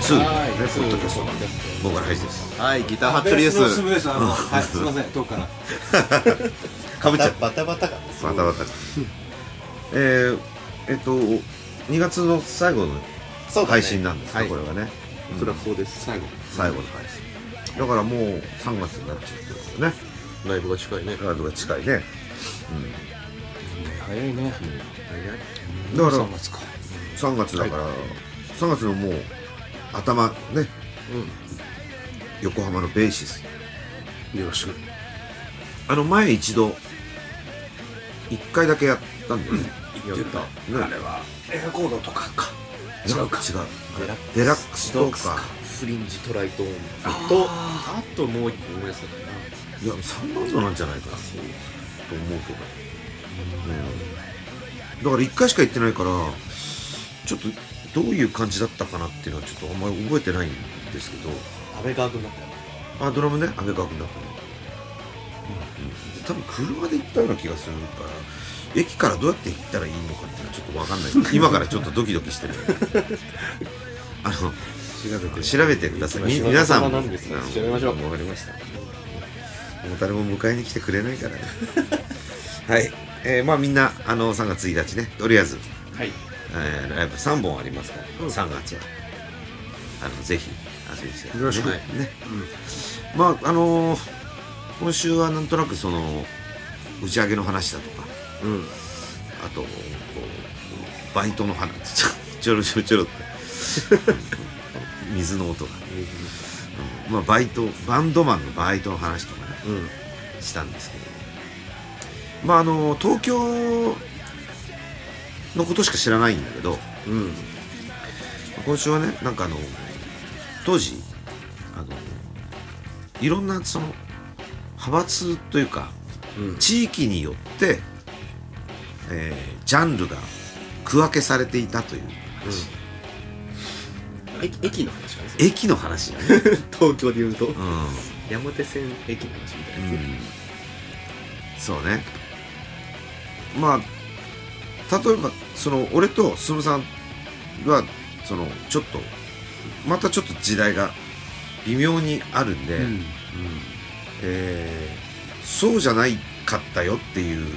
2ね、ポッドキャスト僕からハイジです。 はい、ギターハットリです。 はい、すみません、遠くからかぶっちゃう。 バタバタか。 バタバタ。2月の最後の配信なんですか、これはね。 おそらくそうです。 最後の配信。だからもう3月になっちゃってるんだよね。 ライブが近いね。 ライブが近いね。 早いね。 だから 3月か。 3月だから、3月のもう頭ね、横浜のベーシスよろしく。 前一度1回だけやったんだよね。 言ってた。あれはエアコードとかか。 違うデラックスとかフリンジトライトーンとあともう一個思い出せたかな。 いや3バンドなんじゃないかなと思うけど、だから1回しか行ってないからちょっとどういう感じだったかなっていうのはちょっとあんまり覚えてないんですけど。 安倍川君だったよ。 ドラムね、安倍川君だったね。多分車で行ったような気がするから駅からどうやって行ったらいいのかっていうのはちょっと分かんない今からちょっとドキドキしてる調べてください。皆さんも調べましょう。分かりました。もう誰も迎えに来てくれないからねはい、まあみんな3月1日ね、とりあえず、 はい、 ライブ3本ありますから、3月はぜひ遊びに来てください。よろしくね。まあ今週はなんとなくその打ち上げの話だとか、あとバイトの話ちょろって水の音が、まあバンドマンのバイトの話とかね、したんですけど、まあ東京のことしか知らないんだけど、今週はね、なんか当時いろんなその派閥というか、地域によって、ジャンルが区分けされていたという話。 駅の話なんですよ。 駅の話だね東京でいうと、山手線駅の話みたいなやつ。 そうね。まあ例えばその俺と進さんはそのちょっとまたちょっと時代が微妙にあるんで、そうじゃないかったよっていう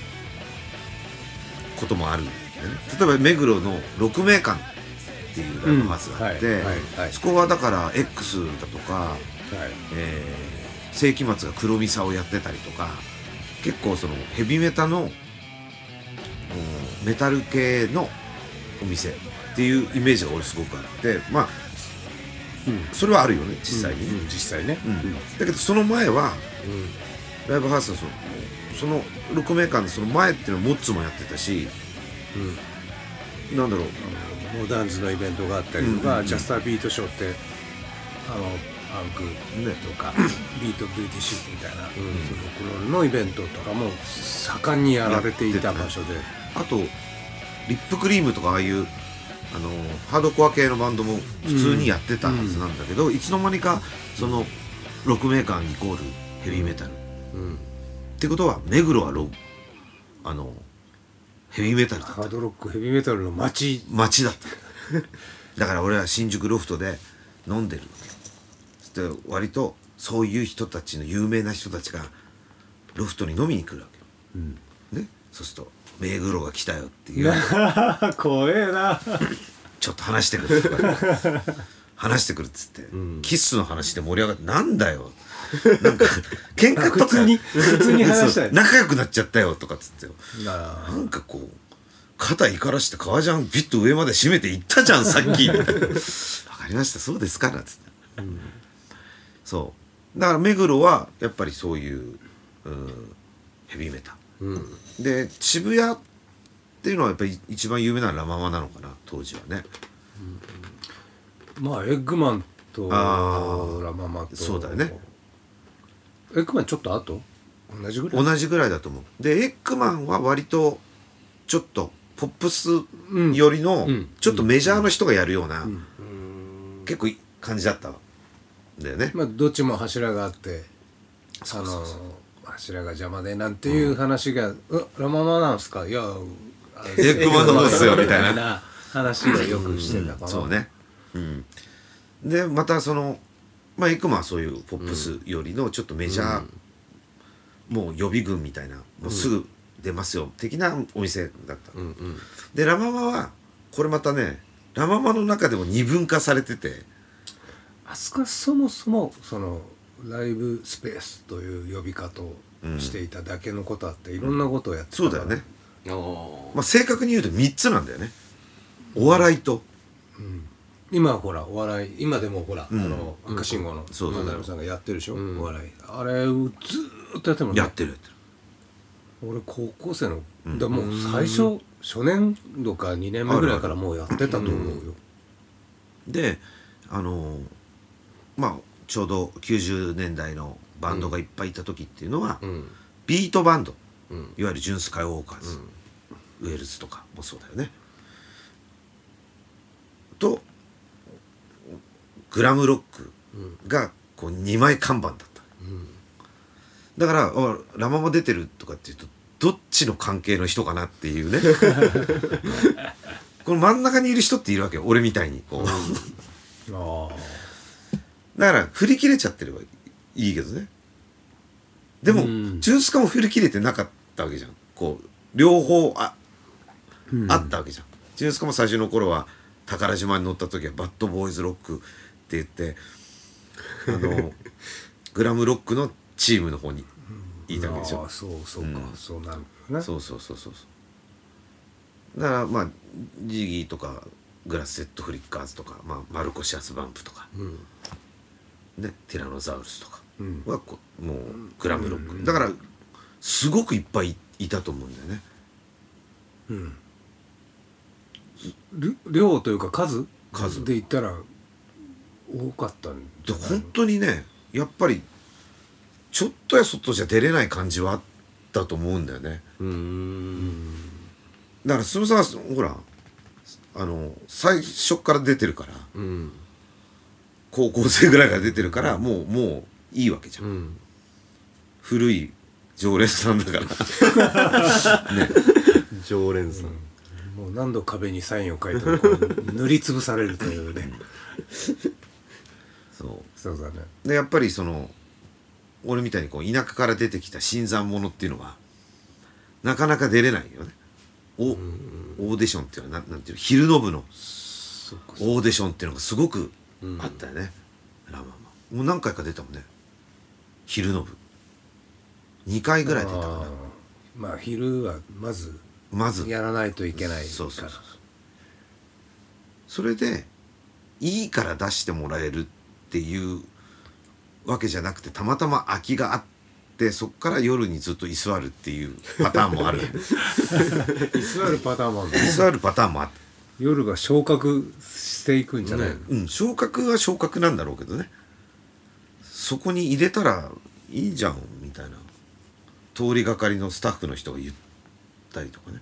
こともあるんだよね。例えば目黒の鹿鳴館っていうライブハウスがあって、そこはだから X だとか、世紀末が黒ミサをやってたりとか、結構そのヘビメタのメタル系のお店っていうイメージが俺すごくあって、まあそれはあるよね、実際にね。 実際ね。 だけどその前は、ライブハウスのその鹿鳴館のその前っていうのはモッツもやってたし、なんだろう、 モダンズのイベントがあったりとか、ジャスタービートショーってパンクねとか、ビートブリティッシュみたいな、その頃のイベントとかも盛んにやられていた場所で、 あとリップクリームとかああいうハードコア系のバンドも普通にやってたはずなんだけど、いつの間にかその鹿鳴館イコールヘビーメタル、ってことは目黒はヘビーメタルだった。 ハードロックヘビーメタルの街だっただから俺は新宿ロフトで飲んでるわけ。そして割とそういう人たちの有名な人たちがロフトに飲みに来るわけ、ね、そうすると目黒が来たよっていう怖えなちょっと話してくるとか話してくるっつって、キッスの話で盛り上がって、なんだよなんか喧嘩とか普通に話したい仲良くなっちゃったよとかっつって、なんかこう肩怒らして革ジャンビッと上まで締めていったじゃんさっきみたいなわかりました、そうですかなっつって、そうだから目黒はやっぱりそういうヘビーメタ、で渋谷っていうのはやっぱり一番有名なラママなのかな当時はね、 まあエッグマンとラママと、 そうだよね。 エッグマンちょっと後同じぐらいだと思う。でエッグマンは割とちょっとポップスよりのちょっとメジャーの人がやるような、結構いい感じだったんだよね。 まあどっちも柱があって、柱が邪魔でなんていう話が、ラママなんすか、いやエッグマンの方ですよみたいな話をよくしてたかな。 そうね。 でまたそのまあエクマはそういうポップスよりのちょっとメジャー、もう予備軍みたいなもうすぐ出ますよ的なお店だった、でラ・ママはこれまたねラ・ママの中でも二分化されてて、 あそこはそもそもそのライブスペースという呼び方をしていただけのことあって、いろんなことをやってたそうだよね。まあ正確に言うと3つなんだよね。お笑いと、 今はほらお笑い今でもほら、赤信号の渡辺さんがやってるでしょ、お笑いあれずーっとやってるもんね。 やってる俺高校生のでもう最初、初年度か2年目ぐらいからもうやってたと思うよ。 でまあちょうど90年代のバンドがいっぱいいた時っていうのは、ビートバンド、いわゆるジュンスカイウォーカーズ、ウェルズとかもそうだよね、とグラムロックがこう2枚看板だった、だからラ・ママ出てるとかっていうとどっちの関係の人かなっていうねこの真ん中にいる人っているわけよ、俺みたいにこうだから振り切れちゃってればいいけどね。でもジュンスカも振り切れてなかったわけじゃん。こう両方あったわけじゃん。ジュンスカも最初の頃は宝島に乗った時はバッドボーイズロックって言ってグラムロックのチームの方にいたわけでしょ。 そうか、そうなるね。 そうだからまあジギーとかグラスセットフリッカーズとか、まあ、マルコシアスバンプとか、ね、ティラノザウルスとかはもうグラムロック、だからすごくいっぱいいたと思うんだよね。 量というか数で言ったら多かったんじゃないの？ 本当にねやっぱりちょっとやそっとじゃ出れない感じはあったと思うんだよね。だからすむさんはほら最初から出てるから、高校生ぐらいから出てるから、もういいわけじゃん、古い常連さんだからね、 常連さん、 もう何度壁にサインを書いてもこう塗りつぶされるというねそうだね。 でやっぱりその俺みたいにこう田舎から出てきた新参者っていうのはなかなか出れないよね。オーディションっていうのはなんていうの、昼の部のオーディションっていうのがすごくあったよね、ラ・ママもう何回か出たもんね。昼の部2回ぐらい出たかな。 まあ昼はまずやらないといけないから。 そうそれでいいから出してもらえるっていうわけじゃなくて、たまたま空きがあってそっから夜にずっと居座るっていうパターンもある居座るパターンもある。 居座るパターンもあって、 夜が昇格していくんじゃないの？ 昇格は昇格なんだろうけどね、そこに入れたらいいじゃんみたいな通りがかりのスタッフの人が言ったりとかね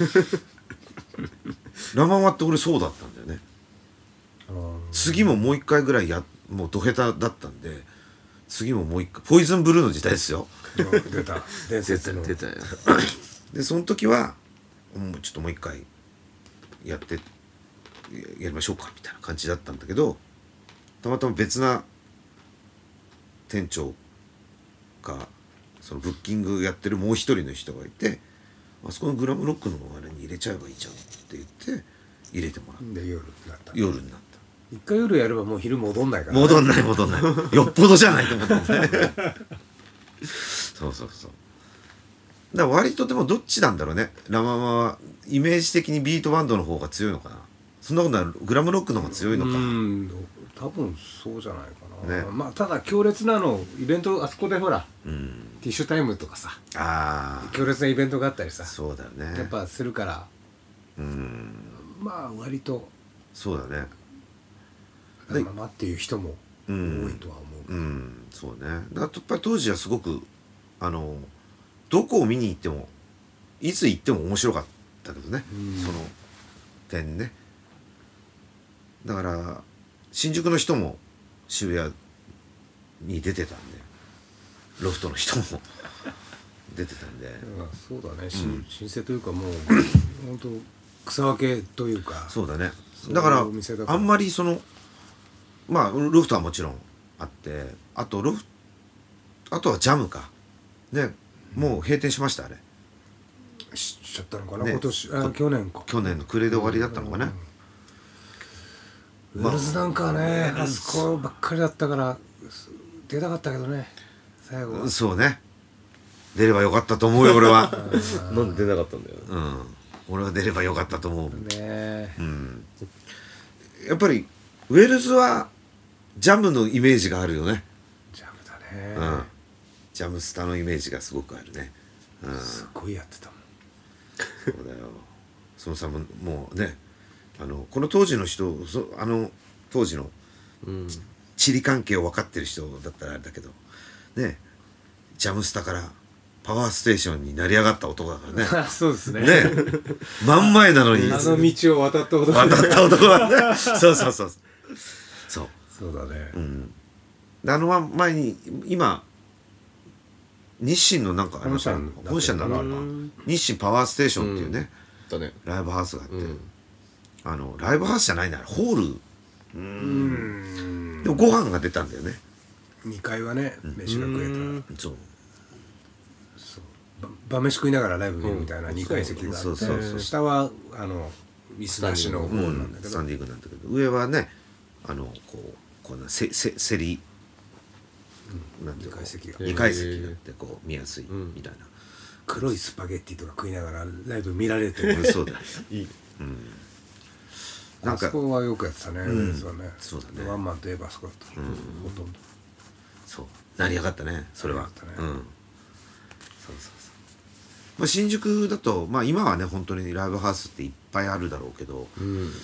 ラ・ママって俺そうだったんだよね。次ももう一回ぐらいもうド下手だったんで、次ももう一回ポイズンブルーの時代ですよ出た伝説の出たよでその時はちょっともう一回やりましょうかみたいな感じだったんだけど、たまたま別な店長がそのブッキングやってるもう一人の人がいて、あそこのグラムロックのあれに入れちゃえばいいじゃんって言って入れてもらって、 で夜になった。 夜になった。 一回夜やればもう昼戻んないから、ね、 戻んないよっぽどじゃないと思ってねそうだから割とでもどっちなんだろうね、ラ・ママはイメージ的にビートバンドの方が強いのかな。そんなことない、グラムロックの方が強いのかな。 多分そうじゃないかな、 ね。 まあただ強烈なのイベントあそこでほら、ティッシュタイムとかさ、強烈なイベントがあったりさ、 そうだよね、 やっぱするから、まあ割とそうだね、 ラ・ママっていう人も多いとは思う。 そうね。だからやっぱり当時はすごくどこを見に行ってもいつ行っても面白かったけどね、その点ね。だから新宿の人も渋谷に出てたんで、ロフトの人も出てたんで、 そうだね、新生というかもう本当草分けというか、 そうだね。だからあんまりそのまあロフトはもちろんあって、あとはジャムかね、もう閉店しました。あれしちゃったのかな、今年去年の暮れで終わりだったのかな。 ウェルズなんかね、あそこばっかりだったから出たかったけどね、最後は。 そうね、出ればよかったと思うよ俺は。 なんで出なかったんだよ。 俺は出ればよかったと思うね。 やっぱりウェルズはジャムのイメージがあるよね。 ジャムだね。 ジャムスタのイメージがすごくあるね。 すごいやってたもん。 そうだよ。そのさもうね、この当時の人、当時の地理関係を分かってる人だったらあれだけどね、ジャムスタからパワーステーションに成り上がった男だからね。 そうですね。 ね、真ん前なのにあの道を渡った男だね。そうそうだね。 前に今日清のなんか本社になるのかな、日清パワーステーションっていうね、ライブハウスがあって、ライブハウスじゃないな、ホールでもご飯が出たんだよね。 2階はね、飯が食えた。 そう晩飯食いながらライブ見るみたいな2階席があって、下は椅子なしのホールなんだけど、 スタンディングなんだけど、上はねこんなせりなんていうか2階席があってこう見やすいみたいな、 黒いスパゲッティとか食いながらライブ見られてる。 そうだよ。いい。 あそこはよくやってたね。そうだね。 そうだね。 ワンマンといえばあそこだった。ほとんど。 そう成り上がったね、それは。 そうまあ新宿だとまあ今はね本当にライブハウスっていっぱいあるだろうけど、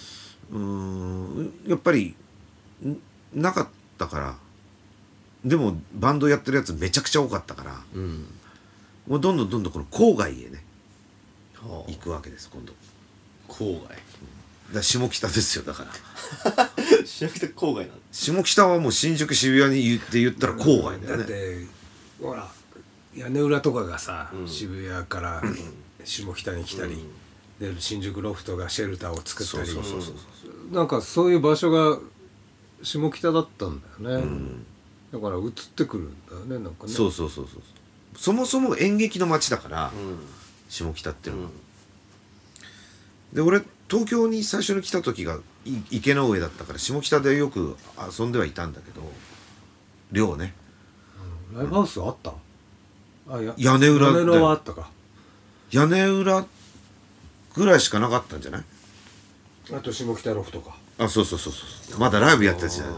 やっぱりなかったから。でもバンドやってるやつめちゃくちゃ多かったから、もうどんどんこの郊外へね行くわけです。今度郊外だ下北ですよ。だから下北郊外なの。 下北はもう新宿渋谷に言ったら郊外だよね。 だってほら屋根裏とかがさ、渋谷から下北に来たり、で新宿ロフトがシェルターを作ったり、なんかそういう場所が下北だったんだよね。だから移ってくるんだよね、なんかね。 そうそもそも演劇の街だから、下北っていうのは、で俺東京に最初に来た時が池の上だったから下北でよく遊んではいたんだけど、寮ね、 ライブハウスあった？ 屋根裏はあったか。 屋根裏ぐらいしかなかったんじゃない？ あと下北ロフトか。 そうまだライブやった時代だ。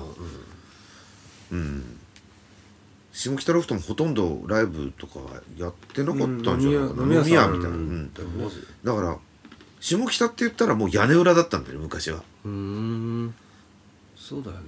下北ロフトもほとんどライブとかやってなかったんじゃないかな。飲み屋みたいな。だから下北って言ったらもう屋根裏だったんだよ昔は。 そうだよね。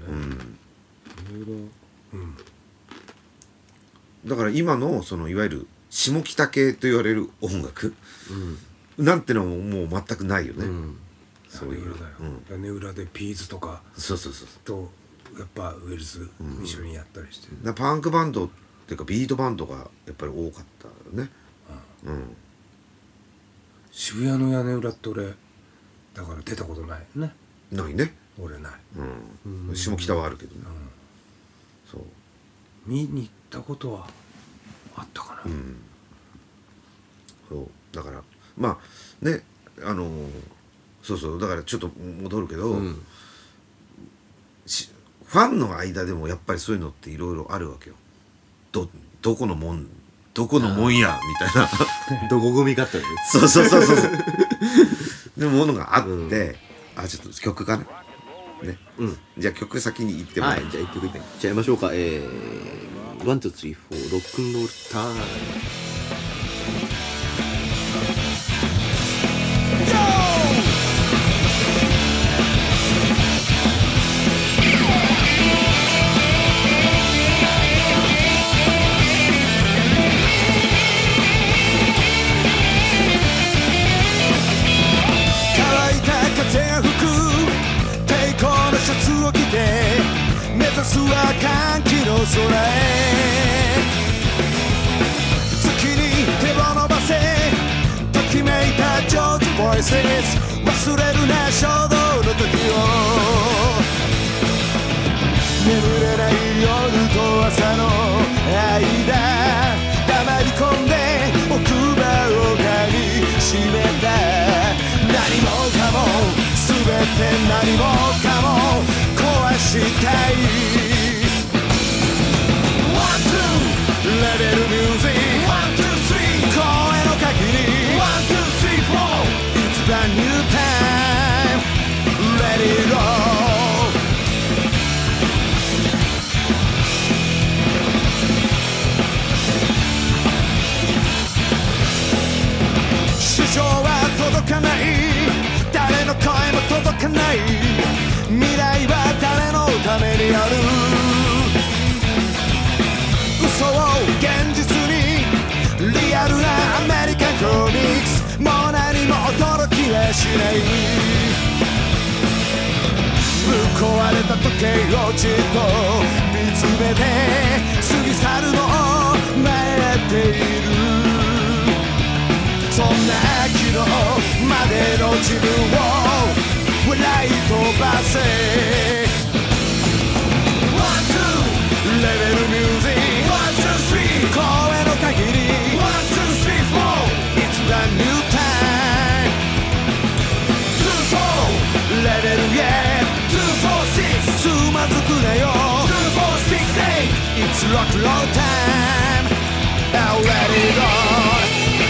だから今のそのいわゆる下北系と言われる音楽、なんてのももう全くないよね。 そういう屋根裏でピーズとかとやっぱウェルズ一緒にやったりして、 パンクバンドっていうかビートバンドがやっぱり多かったよね。 渋谷の屋根裏って俺だから出たことないね。 ないね。 俺ない。 下北はあるけどね。そう見に行ったことはあったかな。 そうだからまあねそうだからちょっと戻るけど、ファンの間でもやっぱりそういうのっていろいろあるわけよ。どこのもんやみたいなどこ組かってね。 そうでもものがあって、ちょっと曲かなね。じゃあ曲先に行ってもらじゃあ1曲いっちゃいましょうか。1、2、3、4ロックンロールタイム。 目指すは歓喜の空へ、月に手を伸ばせときめいたジョーズボイス、忘れるな衝動の時を、 眠れない夜と朝の間黙り込んで奥歯を噛みしめた何もかも全て何もかも壊したい One, two レベルミュージック One, two, three 声の限り One, two, three, four It's brand new time Let it go主張は届かない誰の声も届かない未来は誰のためにある嘘を現実にリアルなアメリカンコミックスもう何も驚きはしないぶっ壊れた時計をじっと見つめて過ぎ去るのを待っているそんな昨日までの自分を笑い飛ばせ One, two レベルミュージック One, two, three 声の限り One, two, three, four It's a new time Two, four レベル yeah Two, four, six つまずくなよ Two, four, six, eight It's rock and roll time Now let it go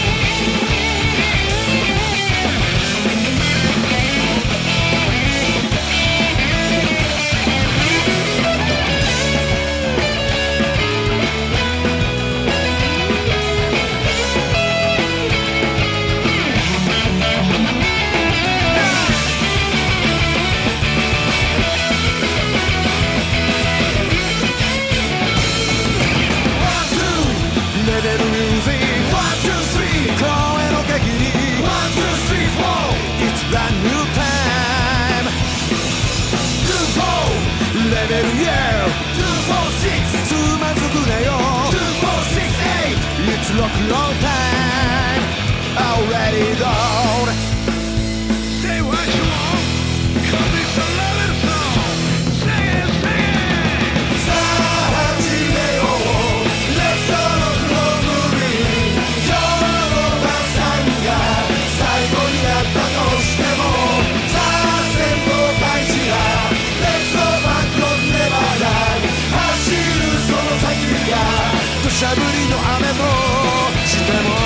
Rock and roll time already gone Say what you want Cause it's a loving song Sing it, sing it さあ始めよう Let's go rock and roll movie 今日の晩餐が最後になったとしてもさあ戦闘開始だ Let's go back on Neverland 走るその先が土砂降りの雨としても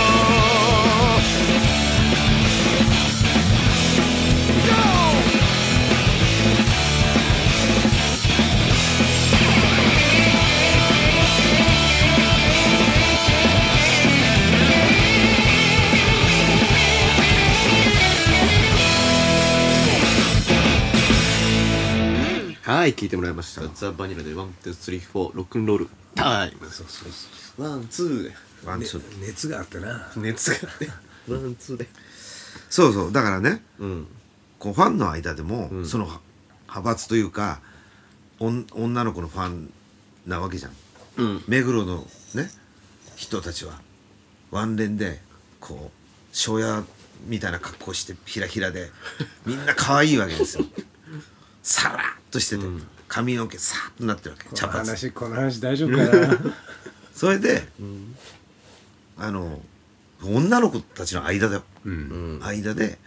はい、聞いてもらいました。ザ・バニラでワン、ツー、スリー、フォー、ロックンロールタイム。そうそうそう。ワン、ツー。 ワンツー、 熱があってな熱があって。ワン、ツーで。 そうそうだからね、 こうファンの間でも、その派閥というか女の子のファンなわけじゃん、目黒のね人たちはワンレンでこう庄屋みたいな格好してひらひらでみんな可愛いわけですよさらっとしてて、髪の毛さーっとなってるわけ茶髪この話大丈夫かなそれで、女の子たちの間だよ、間で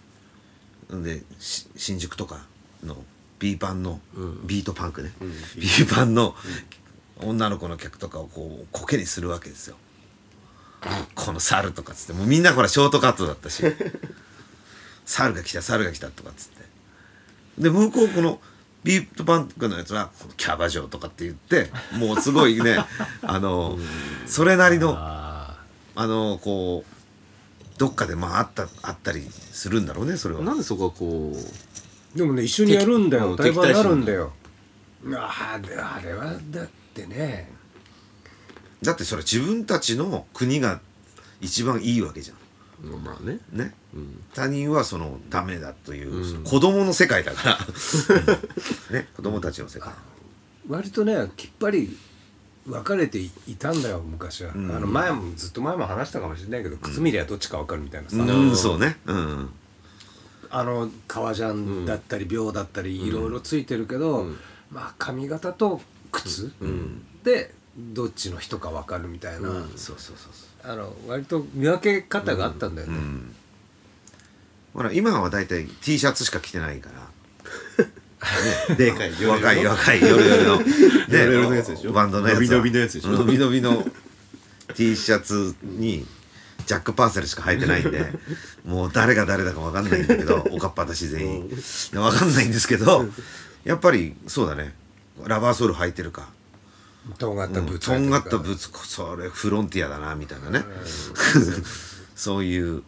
新宿とかの B パンの、ビートパンクね、B パンの女の子の客とかをこうコケにするわけですよ、この猿とかっつってもうみんなほらショートカットだったし猿が来たとかっつってで向こうこのビートパンクのやつはキャバ嬢とかって言ってもうすごいねそれなりのこうどっかでまああったりするんだろうねそれは。 なんでそこはこうでもね一緒にやるんだよ対バンになるんだよ。あれはだってねだってそれ自分たちの国が一番いいわけじゃん。 まあね、 他人はそのダメだという、子供の世界だからね子供たちの世界割とねきっぱり分かれていたんだよ昔は、ずっと前も話したかもしれないけど、靴見りゃどっちか分かるみたいなさ、 そうね、 革ジャンだったり秒だったりいろいろついてるけど、 まあ髪型と靴、でどっちの人か分かるみたいな、 そうそうそうそう割と見分け方があったんだよね、 ほら今はだいたい T シャツしか着てないからでかい若い夜の夜のやつでしょ。 バンドのやつ伸び伸びのやつでしょ。 伸び伸びの T シャツにジャック・パーセルしか履いてないんでもう誰が誰だか分かんないんだけどおかっぱだし全員分かんないんですけどやっぱりそうだねラバーソール履いてるかとんがったブーツとんがったブーツそれフロンティアだなみたいなねそういう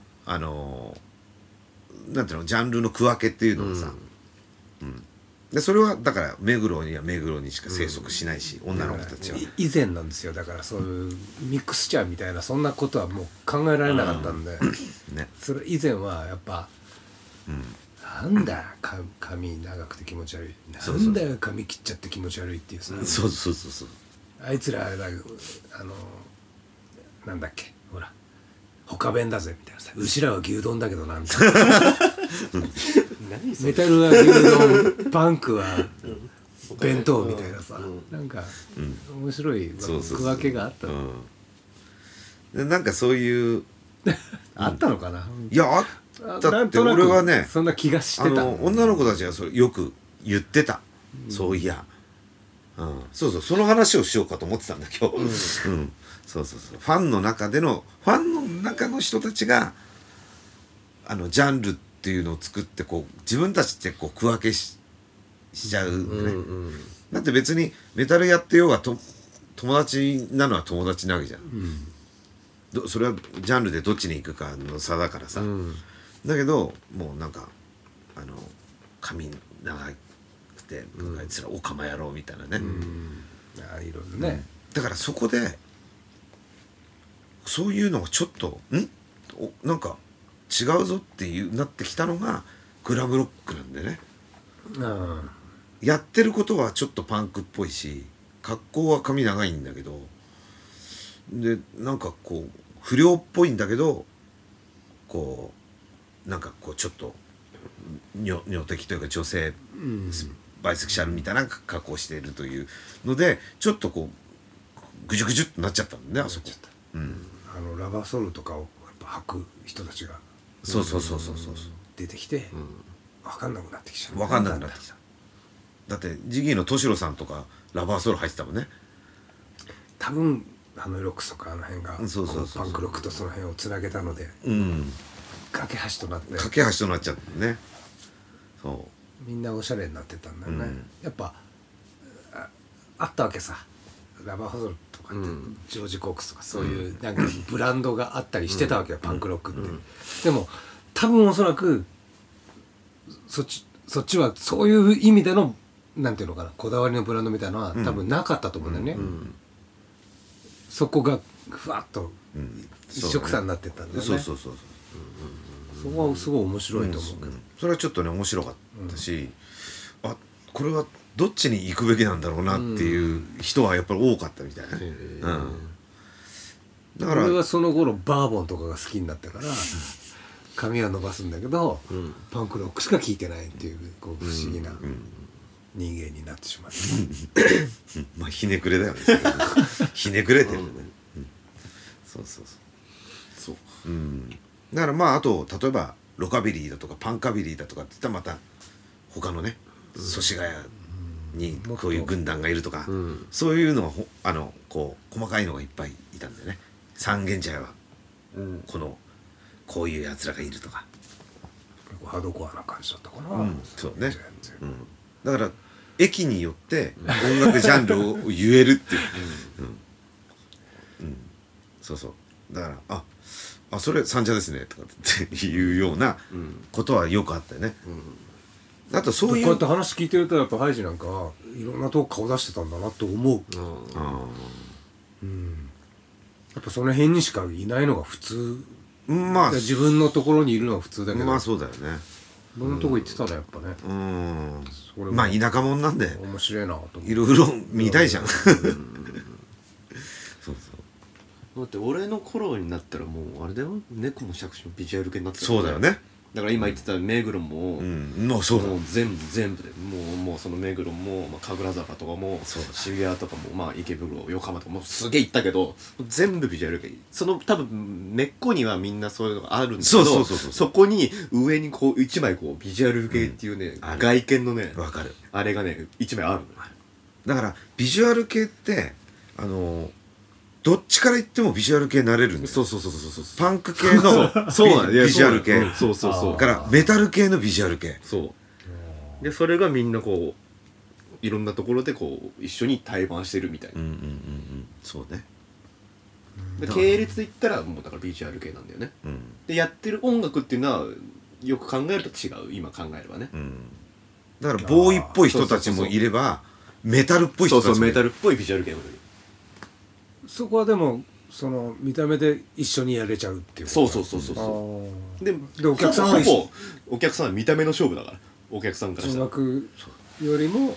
なんていうのジャンルの区分けっていうのがさ、でそれはだから目黒には目黒にしか生息しないし、女の子たちは以前なんですよ。だからそういうミクスチャーみたいなそんなことはもう考えられなかったんで、 ね、 それ以前はやっぱ、なんだよ髪長くて気持ち悪い、なんだよ髪切っちゃって気持ち悪いっていうさ、 そうあいつらなんだっけほら他弁だぜみたいなさ、うちらは牛丼だけどなみたいなメタルは牛丼パンクは弁当みたいなさ、なんか面白い区分けがあったでなんかそういうあったのかな。 いやあったって俺はねそんな気がしてた。 女の子たちがそれよく言ってた、そういや、そうその話をしようかと思ってたんだ今日、そうファンの中の人たちがジャンルっていうのを作ってこう自分たちってこう区分けしちゃうんでね、だって別にメタルやってようが友達なのは友達なわけじゃん、それはジャンルでどっちに行くかの差だからさ、だけどもうなんか髪長くて、あいつらオカマやろうみたいなね、 いろいろね、 だからそこでそういうのがちょっとなんか違うぞっていうなってきたのがグラムロックなんでね、やってることはちょっとパンクっぽいし格好は髪長いんだけどでなんかこう不良っぽいんだけどこうなんかこうちょっと女的というか女性、バイセクシャルみたいな格好をしているというのでちょっとこうぐじゅぐじゅっとなっちゃったんだねあそこ。 ラバーソールとかをやっぱ履く人たちがそう出てきて、分かんなくなってきちゃう。 分かんなくなってきた。だってジギーの敏郎さんとかラバーソール入ってたもんね。 多分ロックスとか辺がそうパンクロックとその辺をつなげたので、架け橋となって架け橋となっちゃってね。そうみんなおしゃれになってたんだよね、やっぱあったわけさ。ラバーソールとかって、ジョージ・コークスとかそういうなんかブランドがあったりしてたわけよ、パンクロックって、でも多分おそらくそっちはそういう意味でのなんていうのかな、こだわりのブランドみたいなのは多分なかったと思うんだよね、そこがふわっと一色散になってったんだよね。そこはすごい面白いと思うけど、 それはちょっとね面白かったし、これはどっちに行くべきなんだろうなっていう人はやっぱり多かったみたいな、だから俺はその頃バーボンとかが好きになったから髪は伸ばすんだけど、パンクロックしか聴いてないっていう、こう不思議な人間になってしまって、 まあひねくれだよねひねくれてるよね、そうだからまああと例えばロカビリーだとかパンカビリーだとかって言ったらまた他のね祖師ヶ谷にこういう軍団がいるとか、そういうのはこう細かいのがいっぱいいたんだよね。三軒茶屋は、こういうやつらがいるとか結構ハードコアな感じだったかな、 そうね、だから駅によって音楽ジャンルを言えるっていうだからそれ三茶ですねとかっていうようなことはよくあったよね、あとそういうこうやって話聞いてるとやっぱハイジなんかいろんなとこ顔出してたんだなと思う、やっぱその辺にしかいないのが普通、まあ自分のところにいるのが普通だけど、 まあそうだよね、 いろんなとこ行ってたらやっぱね、 まあ田舎者なんで面白いなと思う、 いろいろ見たいじゃんだって俺の頃になったらもうあれだよ、猫も杓子もビジュアル系になってた、 そうだよね、 だから今言ってた目黒も、 もうそうだ、 もう全部でもうその目黒も、まあ、神楽坂とかも渋谷とかも、まあ、池袋横浜とかもすげえ行ったけど全部ビジュアル系、その多分根っこにはみんなそういうのがあるんですけど、そこに上にこう一枚こうビジュアル系っていうね、外見のね、 わかる、 あれがね一枚あるの。 だからビジュアル系ってどっちから言ってもビジュアル系になれるんですよ。 そうパンク系のビジュアル系、 そうからメタル系のビジュアル系、 そうでそれがみんなこういろんなところでこう一緒に対バンしてるみたいな、 そうね。 で系列で言ったらもうだからビジュアル系なんだよね、でやってる音楽っていうのはよく考えると違う、今考えればね、 だからボーイっぽい人たちもいればメタルっぽい人たちもいる。 メタルっぽいビジュアル系もいる。 そこはでもその見た目で一緒にやれちゃうっていうこと。 そうでお客さんはほぼお客さんは見た目の勝負だから、お客さんからしたら音楽よりも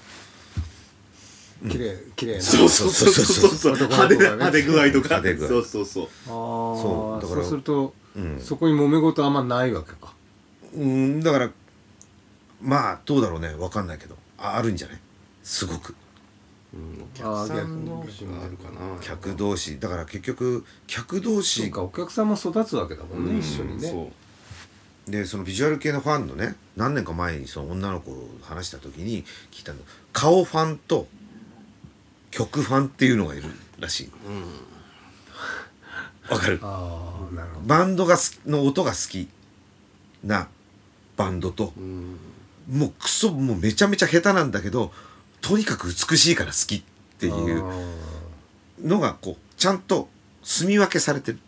綺麗な、 そう派手具合とか、そうそうするとそこに揉め事あんまないわけか。 だからまあどうだろうね、分かんないけどあるんじゃない、すごく。 お客さん同士があるかな、 客同士だから結局客同士、 そうか、お客さんも育つわけだもんね、一緒にね。 でそのビジュアル系のファンのね、何年か前にその女の子を話した時に聞いたの、顔ファンと曲ファンっていうのがいるらしい。わかる？ なるほど。 バンドの音が好きなバンドと、もうもうめちゃめちゃ下手なんだけどとにかく美しいから好きっていうのがこうちゃんと住み分けされてる。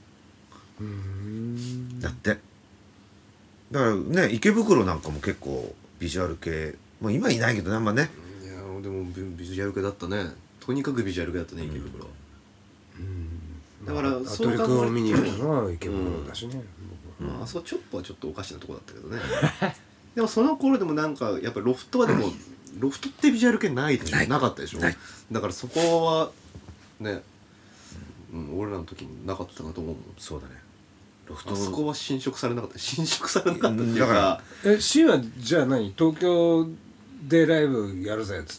だってだからね、池袋なんかも結構ビジュアル系、もう今いないけどね、あんまね。 いやでもビジュアル系だったね、とにかくビジュアル系だったね、池袋。だから服部君を見に行ったのは池袋だしね。 まああそこチョップはちょっとおかしなとこだったけどねでもその頃でもなんかやっぱりロフトはでもロフトってビジュアル系ないでしょ、なかったでしょ。だからそこはね、俺らの時になかったなと思う。 そうだね、ロフトあそこは侵食されなかったっていうだか、 シーはじゃあ何、東京でライブやるぜっつって、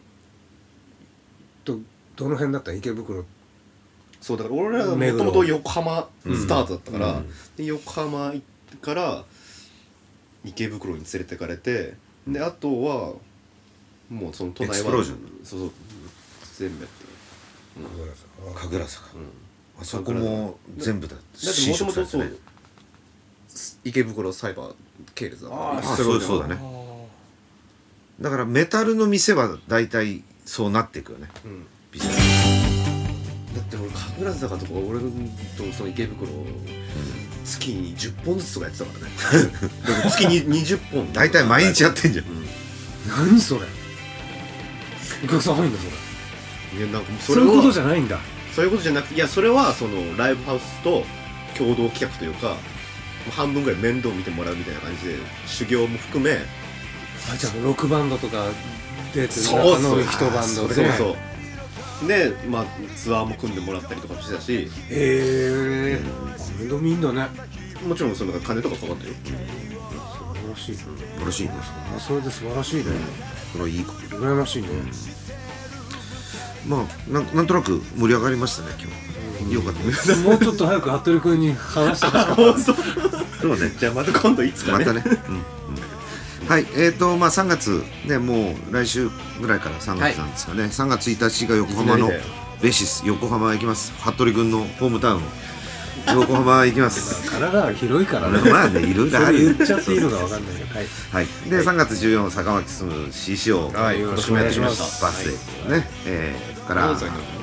どの辺だった？池袋。 そうだから俺らはもともと横浜スタートだったから、で横浜から池袋に連れてかれて、であとはもうその都内はエクスプロージョン、 そう全部やって神楽坂、あそこも全部だってもともとそう池袋サイバー系列だから。 そうだね。だからメタルの店は大体そうなっていくよね、ビジュアル。 だって俺神楽坂とか俺とその池袋、月に10本ずつとかやってたからねだから月に20本大体毎日やってんじゃん、 何それ、お客さん入るんだそれ。 いやなんかそういうことじゃないんだ。 そういうことじゃなくて、いやそれはそのライブハウスと共同企画というか、半分ぐらい面倒見てもらうみたいな感じで修行も含め、 じゃあロックバンドとか出てるそう一バンドで、 そうでまあツアーも組んでもらったりとかもしてたし、 面倒見んだね。 もちろんその金とかかかったよ。 素晴らしい。 素晴らしいね。 それで素晴らしいね。 これはいいか。 羨ましいね。 まあなんとなく盛り上がりましたね今日。よかったです。 もうちょっと早く服部君に話してた。 本当。 そうね。 じゃあまた今度いつかね。 またね。はい、まあ3月ね、もう来週ぐらいから3月なんですかね、3月1日が横浜のベシス、横浜行きます。服部君のホームタウン横浜行きます。 神奈川広いからね。 まあね、いろいろある。 言っちゃっていいのか分かんないけど、 はい。で3月14坂巻進む CC をよろしくお願いします。 バスでね、から何歳になる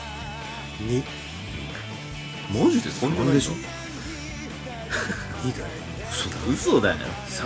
の？マジでそんなでしょ？ いいかい？ 嘘だよ。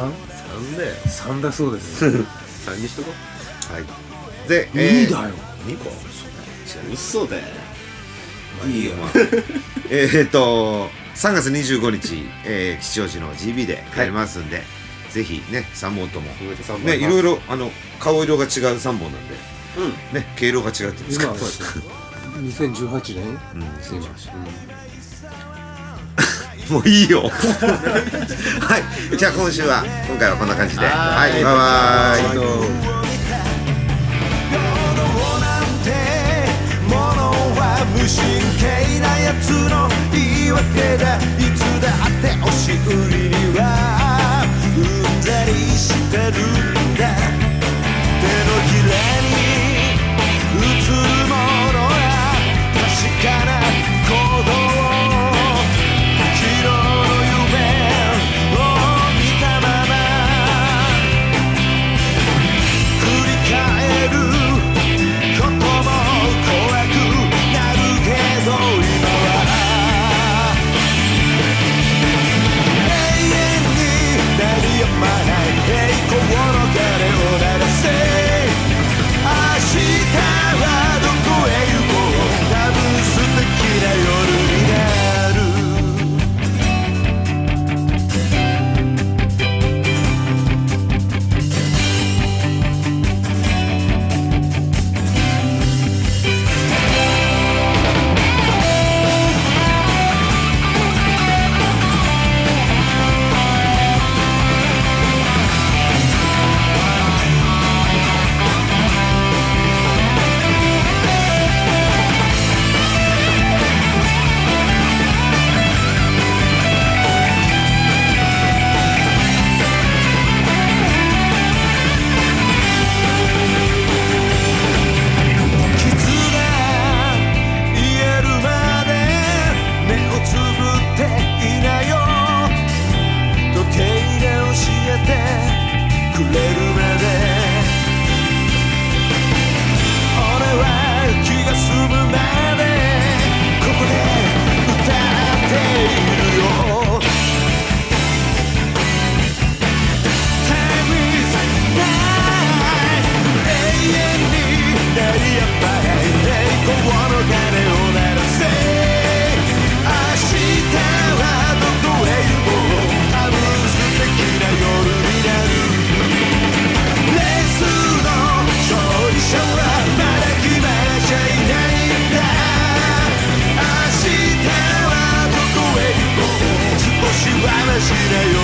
3だそうです。 3にしとこう。 はい。で、 2だよ。 2個？ 嘘だよ。 いいよ。3月25日、吉祥寺の GB でやりますんで、ぜひね3本ともね、いろいろ顔色が違う3本なんで、ね毛色が違うっていうんですか。 今2018年。 もういいよはいじゃあ今回はこんな感じではいバイバイ無神経なやつの言い訳だいつだって押し売りにはうんざりしてるんだ手のひらに映るものは確かな行動昨日の夢を見たまま繰り返ることも怖くけど今は永遠に鳴りやまない栄光の鐘を鳴らせ明日はどこへ行こう多分素敵な夜になるしないよ